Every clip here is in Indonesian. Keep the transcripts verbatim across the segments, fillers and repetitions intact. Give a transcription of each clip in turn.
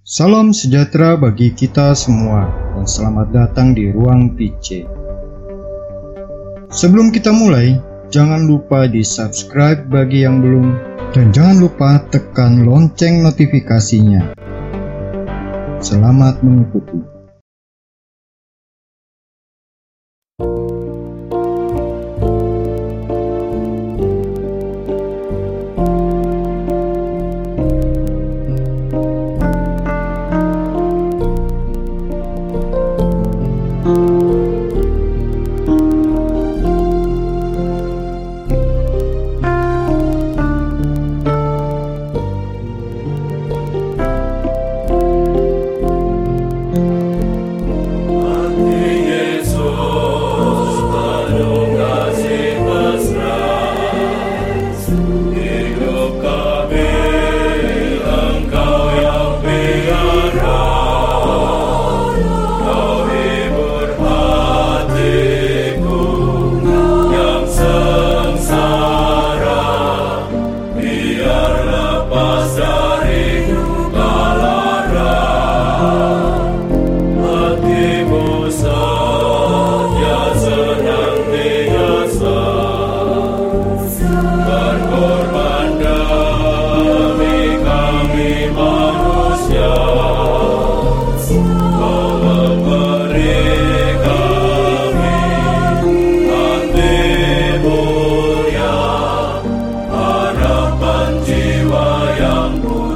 Salam sejahtera bagi kita semua dan selamat datang di Ruang P C. Sebelum kita mulai, jangan lupa di subscribe bagi yang belum dan jangan lupa tekan lonceng notifikasinya. Selamat mengikuti. Harapan jiwa yang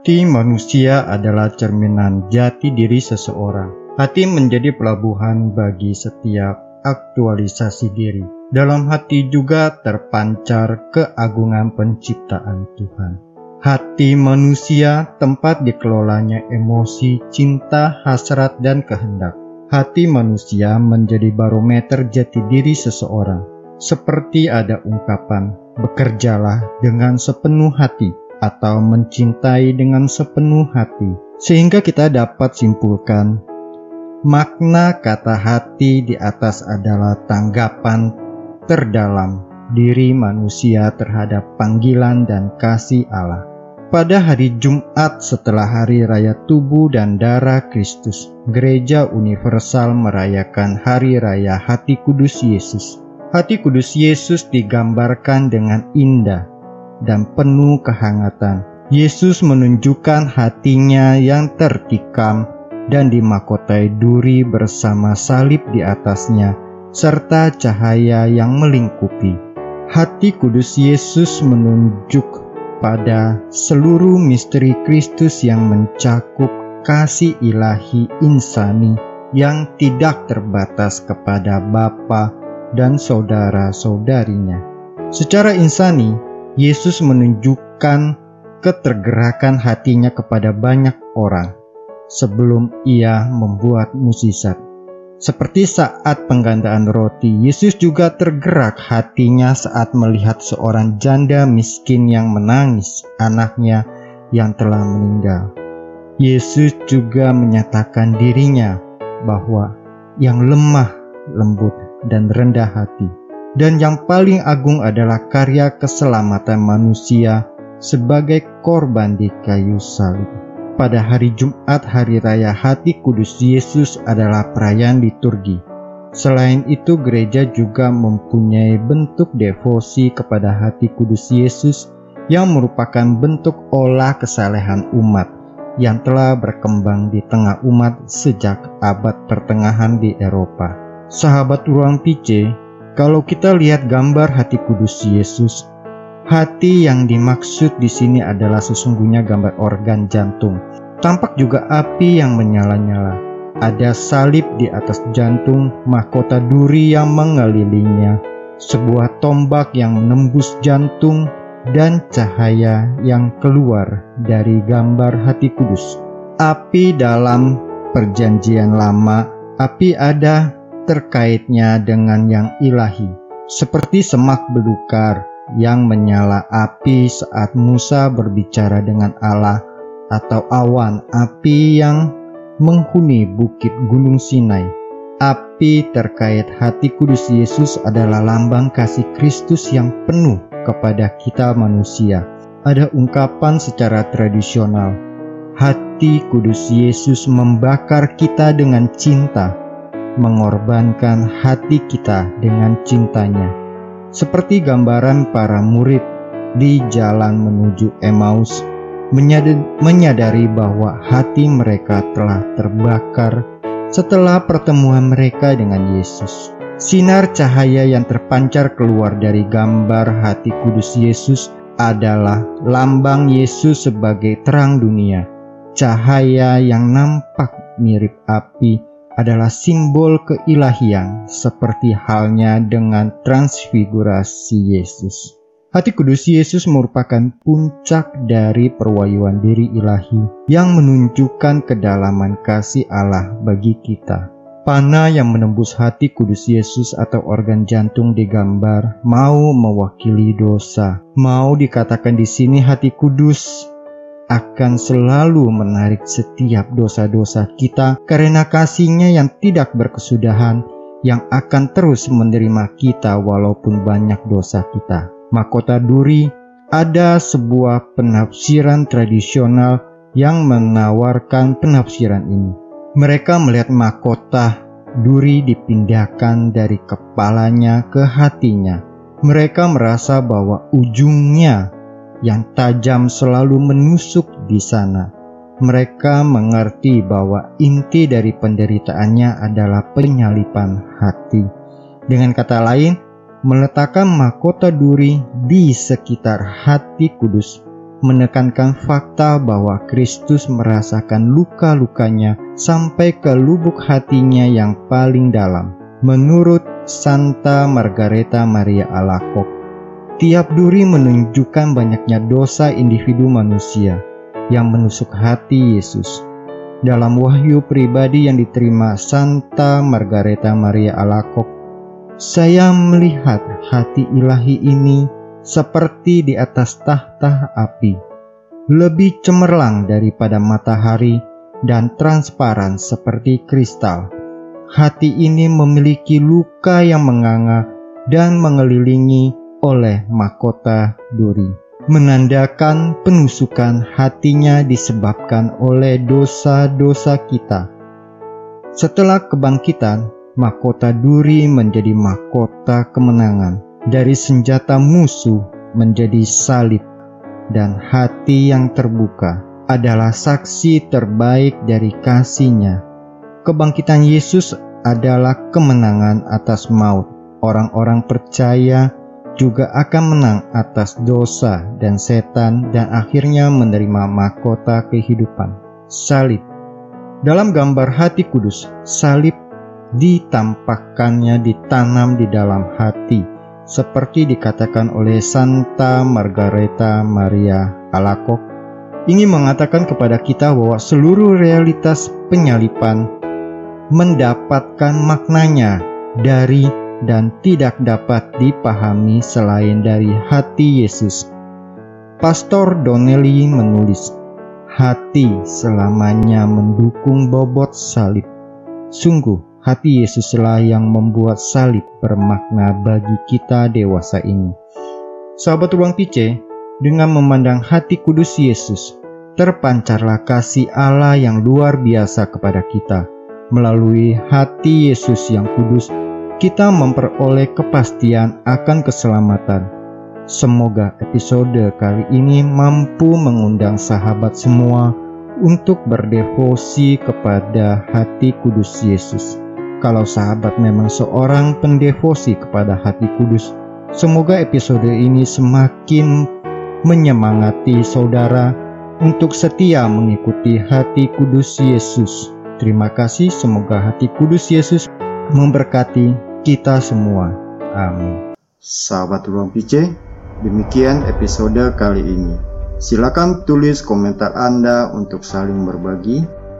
Hati manusia adalah cerminan jati diri seseorang. Hati menjadi pelabuhan bagi setiap aktualisasi diri. Dalam hati juga terpancar keagungan penciptaan Tuhan. Hati manusia tempat dikelolanya emosi, cinta, hasrat, dan kehendak. Hati manusia menjadi barometer jati diri seseorang. Seperti ada ungkapan, bekerjalah dengan sepenuh hati, atau mencintai dengan sepenuh hati, sehingga kita dapat simpulkan makna kata hati di atas adalah tanggapan terdalam diri manusia terhadap panggilan dan kasih Allah. Pada hari Jumat setelah hari raya tubuh dan darah Kristus, Gereja Universal merayakan hari raya Hati Kudus Yesus. Hati Kudus Yesus digambarkan dengan indah dan penuh kehangatan. Yesus menunjukkan hatinya yang tertikam dan dimahkotai duri bersama salib di atasnya, serta cahaya yang melingkupi. Hati Kudus Yesus menunjuk pada seluruh misteri Kristus yang mencakup kasih ilahi insani yang tidak terbatas kepada Bapa dan saudara-saudarinya. Secara insani, Yesus menunjukkan ketergerakan hatinya kepada banyak orang sebelum ia membuat mukjizat. Seperti saat penggandaan roti, Yesus juga tergerak hatinya saat melihat seorang janda miskin yang menangis anaknya yang telah meninggal. Yesus juga menyatakan dirinya bahwa yang lemah, lembut, dan rendah hati. Dan yang paling agung adalah karya keselamatan manusia sebagai korban di kayu salib. Pada hari Jumat, hari raya Hati Kudus Yesus adalah perayaan liturgi. Selain itu, gereja juga mempunyai bentuk devosi kepada Hati Kudus Yesus yang merupakan bentuk olah kesalehan umat yang telah berkembang di tengah umat sejak abad pertengahan di Eropa. Sahabat Ruang P C, kalau kita lihat gambar Hati Kudus Yesus, hati yang dimaksud di sini adalah sesungguhnya gambar organ jantung. Tampak juga api yang menyala-nyala. Ada salib di atas jantung, mahkota duri yang mengelilinginya, sebuah tombak yang menembus jantung, dan cahaya yang keluar dari gambar Hati Kudus. Api dalam Perjanjian Lama, api ada terkaitnya dengan yang ilahi, seperti semak belukar yang menyala api saat Musa berbicara dengan Allah, atau awan api yang menghuni bukit Gunung Sinai. Api terkait Hati Kudus Yesus adalah lambang kasih Kristus yang penuh kepada kita manusia. Ada ungkapan secara tradisional, Hati Kudus Yesus membakar kita dengan cinta, mengorbankan hati kita dengan cintanya. Seperti gambaran para murid di jalan menuju Emmaus, menyadari bahwa hati mereka telah terbakar setelah pertemuan mereka dengan Yesus. Sinar cahaya yang terpancar keluar dari gambar Hati Kudus Yesus adalah lambang Yesus sebagai terang dunia. Cahaya yang nampak mirip api adalah simbol keilahian, seperti halnya dengan transfigurasi Yesus. Hati Kudus Yesus merupakan puncak dari perwayuan diri ilahi yang menunjukkan kedalaman kasih Allah bagi kita. Panah yang menembus Hati Kudus Yesus atau organ jantung digambar mau mewakili dosa. Mau dikatakan di sini Hati Kudus akan selalu menarik setiap dosa-dosa kita karena kasih-Nya yang tidak berkesudahan, yang akan terus menerima kita walaupun banyak dosa kita. Mahkota duri, ada sebuah penafsiran tradisional yang menawarkan penafsiran ini. Mereka melihat mahkota duri dipindahkan dari kepalanya ke hatinya. Mereka merasa bahwa ujungnya yang tajam selalu menusuk di sana. Mereka mengerti bahwa inti dari penderitaannya adalah penyalipan hati. Dengan kata lain, meletakkan mahkota duri di sekitar Hati Kudus menekankan fakta bahwa Kristus merasakan luka-lukanya sampai ke lubuk hatinya yang paling dalam. Menurut Santa Margareta Maria Alacoque, tiap duri menunjukkan banyaknya dosa individu manusia yang menusuk hati Yesus. Dalam wahyu pribadi yang diterima Santa Margareta Maria Alacoque, saya melihat hati ilahi ini seperti di atas tahta api, lebih cemerlang daripada matahari dan transparan seperti kristal. Hati ini memiliki luka yang menganga dan mengelilingi oleh mahkota duri, menandakan penusukan hatinya disebabkan oleh dosa-dosa kita. Setelah kebangkitan, mahkota duri menjadi mahkota kemenangan. Dari senjata musuh menjadi salib, dan hati yang terbuka adalah saksi terbaik dari kasih-Nya. Kebangkitan Yesus adalah kemenangan atas maut. Orang-orang percaya juga akan menang atas dosa dan setan dan akhirnya menerima mahkota kehidupan, salib. Dalam gambar hati kudus, salib ditampakkannya ditanam di dalam hati, seperti dikatakan oleh Santa Margareta Maria Alacoque. Ini mengatakan kepada kita bahwa seluruh realitas penyaliban mendapatkan maknanya dari dan tidak dapat dipahami selain dari hati Yesus. Pastor Donnelly menulis, hati selamanya mendukung bobot salib. Sungguh, hati Yesuslah yang membuat salib bermakna bagi kita dewasa ini. Sahabat Ruang P C, dengan memandang hati kudus Yesus, terpancarlah kasih Allah yang luar biasa kepada kita. Melalui hati Yesus yang kudus, kita memperoleh kepastian akan keselamatan. Semoga episode kali ini mampu mengundang sahabat semua untuk berdevosi kepada hati kudus Yesus. Kalau sahabat memang seorang pendevosi kepada hati kudus, semoga episode ini semakin menyemangati saudara untuk setia mengikuti hati kudus Yesus. Terima kasih, semoga hati kudus Yesus memberkati kita semua. Amin. Sahabat Ruang P C, demikian episode kali ini. Silakan tulis komentar Anda untuk saling berbagi.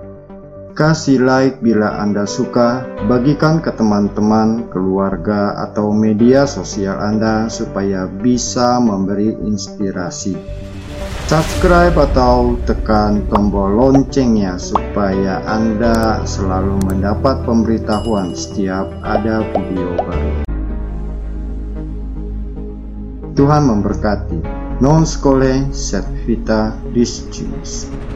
Kasih like bila Anda suka, bagikan ke teman-teman, keluarga, atau media sosial Anda supaya bisa memberi inspirasi. Subscribe atau tekan tombol loncengnya supaya Anda selalu mendapat pemberitahuan setiap ada video baru. Tuhan memberkati. Non scole sed vita discimus.